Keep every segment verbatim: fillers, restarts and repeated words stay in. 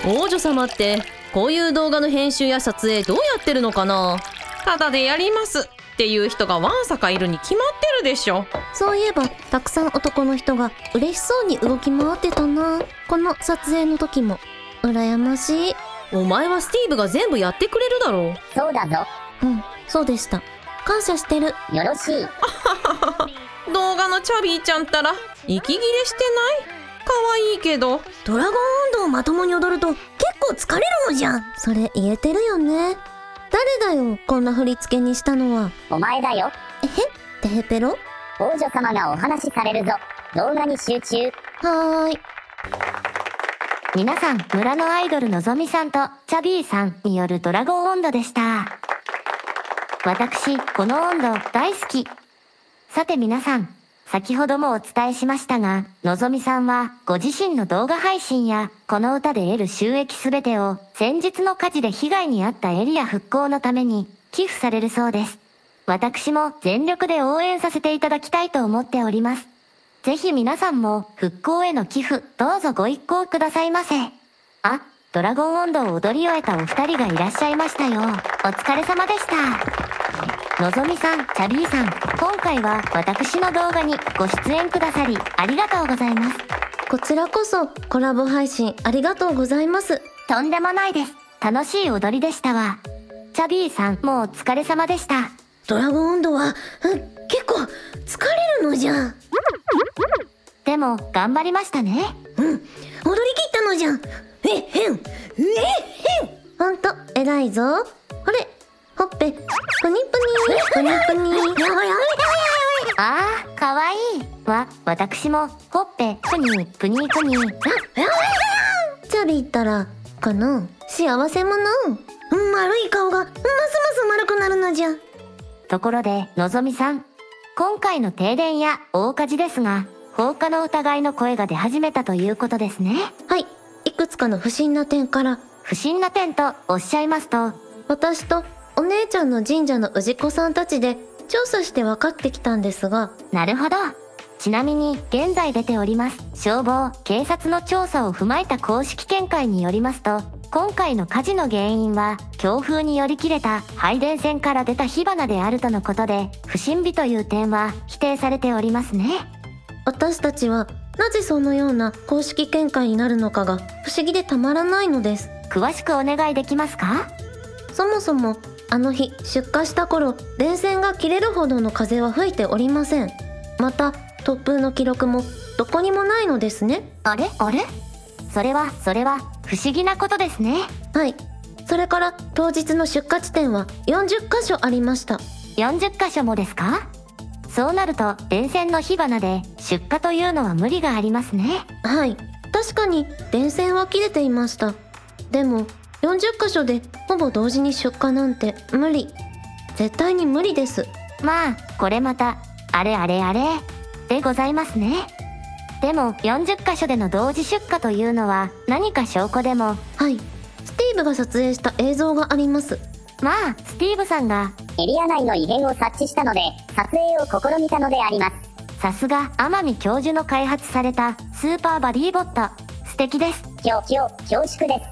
王女様ってこういう動画の編集や撮影どうやってるのかな。 ただでやりますっていう人がわんさかいるに決まってるでしょ。 そういえばたくさん男の人が嬉しそうに動き回ってたな。この撮影の時も。羨ましい。 お前はスティーブが全部やってくれるだろう。 そうだぞ。 うん、そうでした。感謝してる。 よろしい。 動画のチャビーちゃんったら息切れしてない？可愛いけど。 ドラゴン音頭をまともに踊ると結構疲れるのじゃん。それ言えてるよね。誰だよこんな振り付けにしたのは。 お前だよ。 えへテヘペロ。 王女様がお話しされるぞ。動画に集中。 はーい。 皆さん、村のアイドルのぞみさんとチャビーさんによるドラゴン音頭でした。私、この音頭大好き。さて皆さん、先ほどもお伝えしましたが、のぞみさんはご自身の動画配信やこの歌で得る収益すべてを先日の火事で被害に遭ったエリア復興のために寄付されるそうです。私も全力で応援させていただきたいと思っております。ぜひ皆さんも復興への寄付どうぞご一行くださいませ。あ、ドラゴン音頭を踊り終えたお二人がいらっしゃいましたよ。お疲れ様でした。のぞみさん、チャビーさん、今回は私の動画にご出演くださりありがとうございます。 こちらこそコラボ配信ありがとうございます。 とんでもないです。楽しい踊りでしたわ。チャビーさん、もうお疲れ様でした。 ドラゴン音頭は、うん、結構疲れるのじゃん。 でも頑張りましたね。 うん、踊り切ったのじゃん。えへん、えへん。ほんと偉いぞ。あれ、ほっぺプニプニプニプニ。やばいやばいやばいやばい。 あー、かわいい。わ、私もほっぺプニプニプニ。あ、やばいやばい。 チャビったらかな。幸せ者。丸い顔がますます丸くなるのじゃ。 ところでのぞみさん、今回の停電や大火事ですが、放火の疑いの声が出始めたということですね。 はい、いくつかの不審な点から。 不審な点とおっしゃいますと、 私とお姉ちゃんの神社の氏子さんたちで調査して分かってきたんですが。 なるほど。ちなみに現在出ております消防警察の調査を踏まえた公式見解によりますと、今回の火事の原因は強風により切れた配電線から出た火花であるとのことで、不審火という点は否定されておりますね。 私たちはなぜそのような公式見解になるのかが不思議でたまらないのです。 詳しくお願いできますか？ そもそもあの日出火した頃、電線が切れるほどの風は吹いておりません。また突風の記録もどこにもないのですね。 あれあれそれはそれは不思議なことですね。 はい。それから当日の出火地点はよんじゅっかしょありました。 よんじゅっかしょもですか？そうなると電線の火花で出火というのは無理がありますね。 はい。確かに電線は切れていました。でもよんじゅっかしょでほぼ同時に出火なんて無理。絶対に無理です。 まあこれまたあれあれあれでございますね。でもよんじゅっかしょでの同時出火というのは何か証拠でも。 はい。スティーブが撮影した映像があります。 まあスティーブさんがエリア内の異変を察知したので撮影を試みたのであります。 さすが天海教授の開発されたスーパーバディボット、素敵です。 きょきょ恐縮です。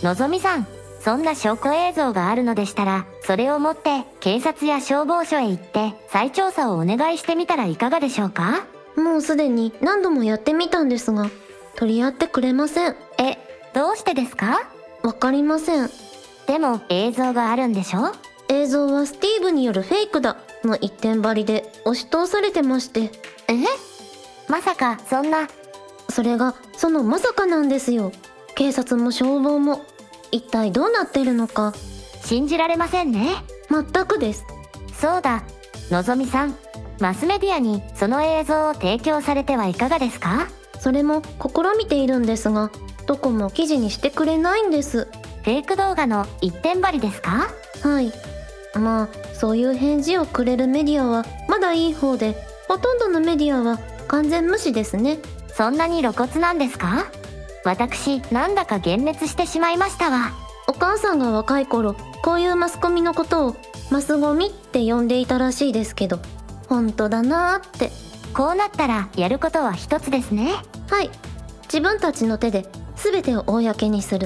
のぞみさん、そんな証拠映像があるのでしたら、それを持って警察や消防署へ行って再調査をお願いしてみたらいかがでしょうか？ もうすでに何度もやってみたんですが取り合ってくれません。 え、どうしてですか？ わかりません。 でも映像があるんでしょ？ 映像はスティーブによるフェイクだの一点張りで押し通されてまして。 え？まさかそんな。 それがそのまさかなんですよ。警察も消防も一体どうなってるのか信じられませんね。 全くです。 そうだ、のぞみさん、マスメディアにその映像を提供されてはいかがですか？ それも試みているんですが、どこも記事にしてくれないんです。 フェイク動画の一点張りですか？ はい。まあそういう返事をくれるメディアはまだいい方で、ほとんどのメディアは完全無視ですね。 そんなに露骨なんですか？私なんだか幻滅してしまいましたわ。 お母さんが若い頃こういうマスコミのことをマスゴミって呼んでいたらしいですけど、本当だなーって。 こうなったらやることは一つですね。 はい。自分たちの手で全てを公にする。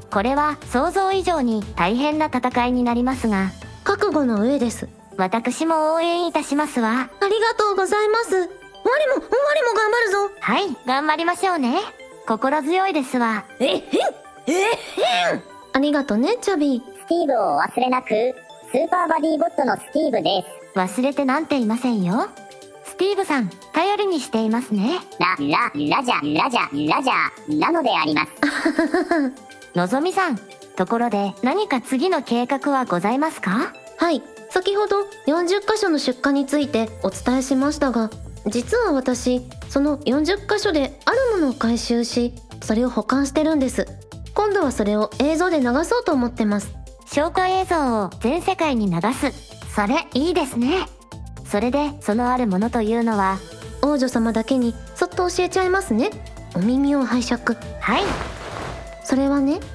これは想像以上に大変な戦いになりますが、 覚悟の上です。 私も応援いたしますわ。 ありがとうございます。我も、我も頑張るぞ。 はい、頑張りましょうね。心強いですわ。 えへんえへんありがとね、チャビー。 スティーブをお忘れなく、スーパーバディボットのスティーブです。 忘れてなんていませんよ。スティーブさん、頼りにしていますね。 ラ、ラ、ラジャ、ラジャ、ラジャ、なのであります。 のぞみさん、ところで何か次の計画はございますか？ はい、先ほどよんじゅっかしょの出荷についてお伝えしましたが、実は私、そのよんじゅっかしょであるものを回収し、それを保管してるんです。今度はそれを映像で流そうと思ってます。 紹介映像を全世界に流す。それ、いいですね。それで、そのあるものというのは、 王女様だけにそっと教えちゃいますね。お耳を拝借。 はい。 それはね、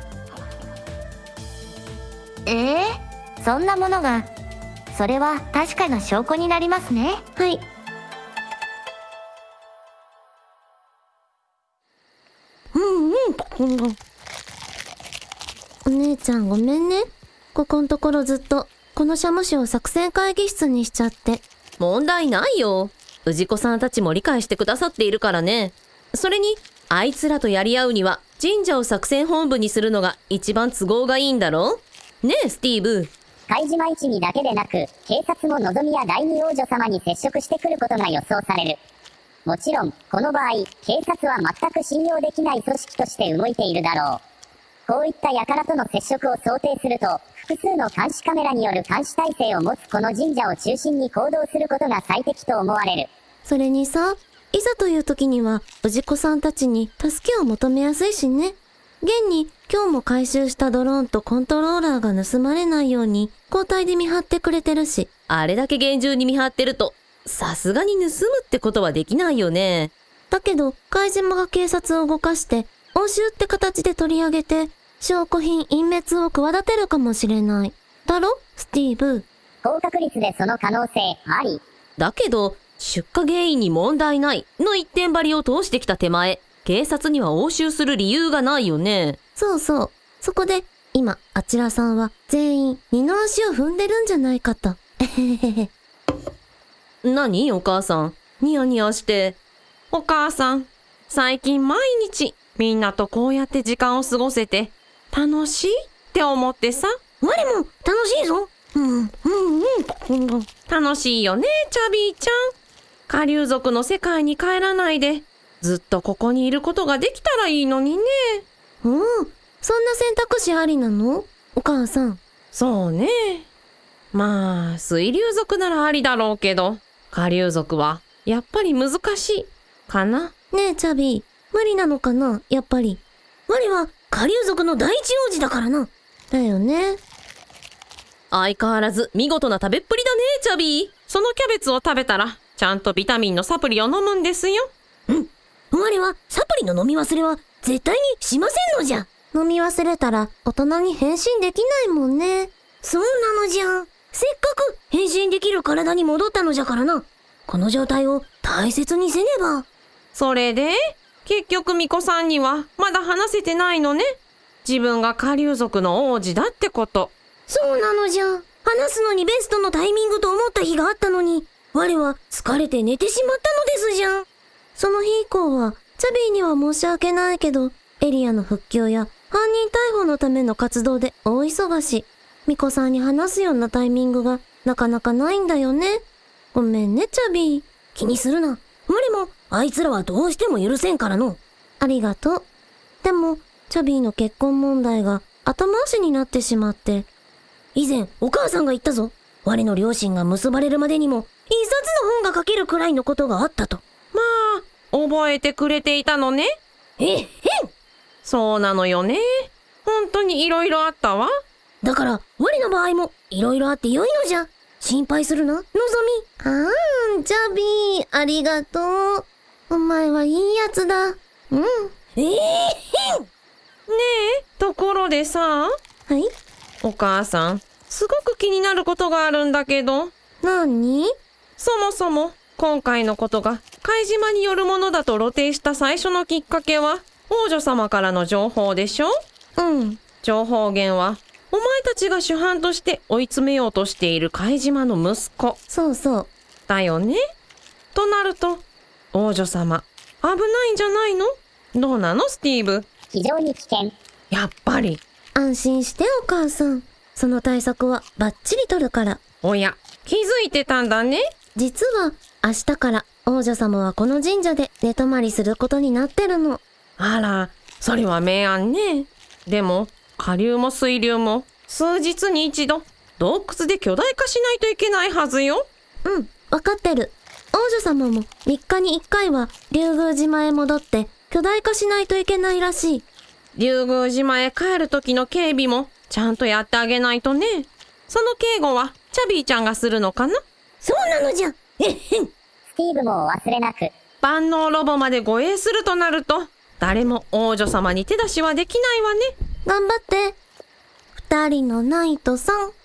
ええー、そんなものが、それは確かな証拠になりますね。 はい。うんうん。お姉ちゃんごめんね。ここんところずっとこのシャムシを作戦会議室にしちゃって。 問題ないよ。氏子さんたちも理解してくださっているからね。それにあいつらとやり合うには神社を作戦本部にするのが一番都合がいいんだろうねえスティーブ。 貝島一味だけでなく、警察も望みや第二王女様に接触してくることが予想される。もちろん、この場合、警察は全く信用できない組織として動いているだろう。こういった輩との接触を想定すると、複数の監視カメラによる監視体制を持つこの神社を中心に行動することが最適と思われる。 それにさ、いざという時には、氏子さんたちに助けを求めやすいしね。現に、今日も回収したドローンとコントローラーが盗まれないように、交代で見張ってくれてるし。 あれだけ厳重に見張ってると、さすがに盗むってことはできないよね。 だけど、貝島が警察を動かして、押収って形で取り上げて、証拠品隠滅を企てるかもしれない。だろ、スティーブ。 高確率でその可能性あり。 だけど、出火原因に問題ないの一点張りを通してきた手前、警察には押収する理由がないよね。 そうそう。そこで、今、あちらさんは全員二の足を踏んでるんじゃないかと。えへへへ。 何お母さん。ニヤニヤして。 お母さん、最近毎日みんなとこうやって時間を過ごせて楽しいって思ってさ。 我も楽しいぞ。うんうんうんうん。 楽しいよね、チャビーちゃん。下流族の世界に帰らないで、ずっとここにいることができたらいいのにね。 うん、そんな選択肢ありなの？お母さん。 そうね。まあ、水流族ならありだろうけど、下流族はやっぱり難しいかな。 ねえチャビー、無理なのかなやっぱり。我は下流族の第一王子だからな。だよね。 相変わらず見事な食べっぷりだねチャビー。 そのキャベツを食べたらちゃんとビタミンのサプリを飲むんですよ。 うん。我はサプリの飲み忘れは絶対にしませんのじゃ。飲み忘れたら大人に変身できないもんね。そうなのじゃ。せっかく変身できる体に戻ったのじゃからな。この状態を大切にせねば。 それで、結局巫女さんにはまだ話せてないのね。自分が下流族の王子だってこと。 そうなのじゃ。話すのにベストのタイミングと思った日があったのに、我は疲れて寝てしまったのですじゃん。その日以降は、チャビーには申し訳ないけど、エリアの復旧や犯人逮捕のための活動で大忙し。巫女さんに話すようなタイミングがなかなかないんだよね。ごめんね、チャビー。気にするな。我も、あいつらはどうしても許せんからの。ありがとう。でも、チャビーの結婚問題が後回しになってしまって。以前、お母さんが言ったぞ。我の両親が結ばれるまでにも、一冊の本が書けるくらいのことがあったと。 まあ、覚えてくれていたのね。 えへん。 そうなのよね。本当に色々あったわ。 だから、我の場合も、いろいろあって良いのじゃ。心配するな、のぞみ。あー、チャビー、ありがとう。お前はいいやつだ。うん。えー、へん。ねえ、ところでさ。 はい。 お母さん、すごく気になることがあるんだけど。 なに？ そもそも、今回のことが、貝島によるものだと露呈した最初のきっかけは、王女様からの情報でしょ？ うん。 情報源はお前たちが主犯として追い詰めようとしている貝島の息子そうそう。 だよね。となると王女様危ないんじゃないの？どうなのスティーブ？ 非常に危険。 やっぱり。 安心してお母さん。その対策はバッチリ取るから。 おや、気づいてたんだね。 実は明日から王女様はこの神社で寝泊まりすることになってるの。 あら、それは明暗ね。でも下流も水流も数日に一度洞窟で巨大化しないといけないはずよ。 うん、わかってる。王女様もみっかにいっかいは竜宮島へ戻って巨大化しないといけないらしい。 竜宮島へ帰る時の警備もちゃんとやってあげないとね。その警護はチャビーちゃんがするのかな？ そうなのじゃ。えっへん。 スティーブもお忘れなく。 万能ロボまで護衛するとなると誰も王女様に手出しはできないわね。 頑張って。二人のナイトさん。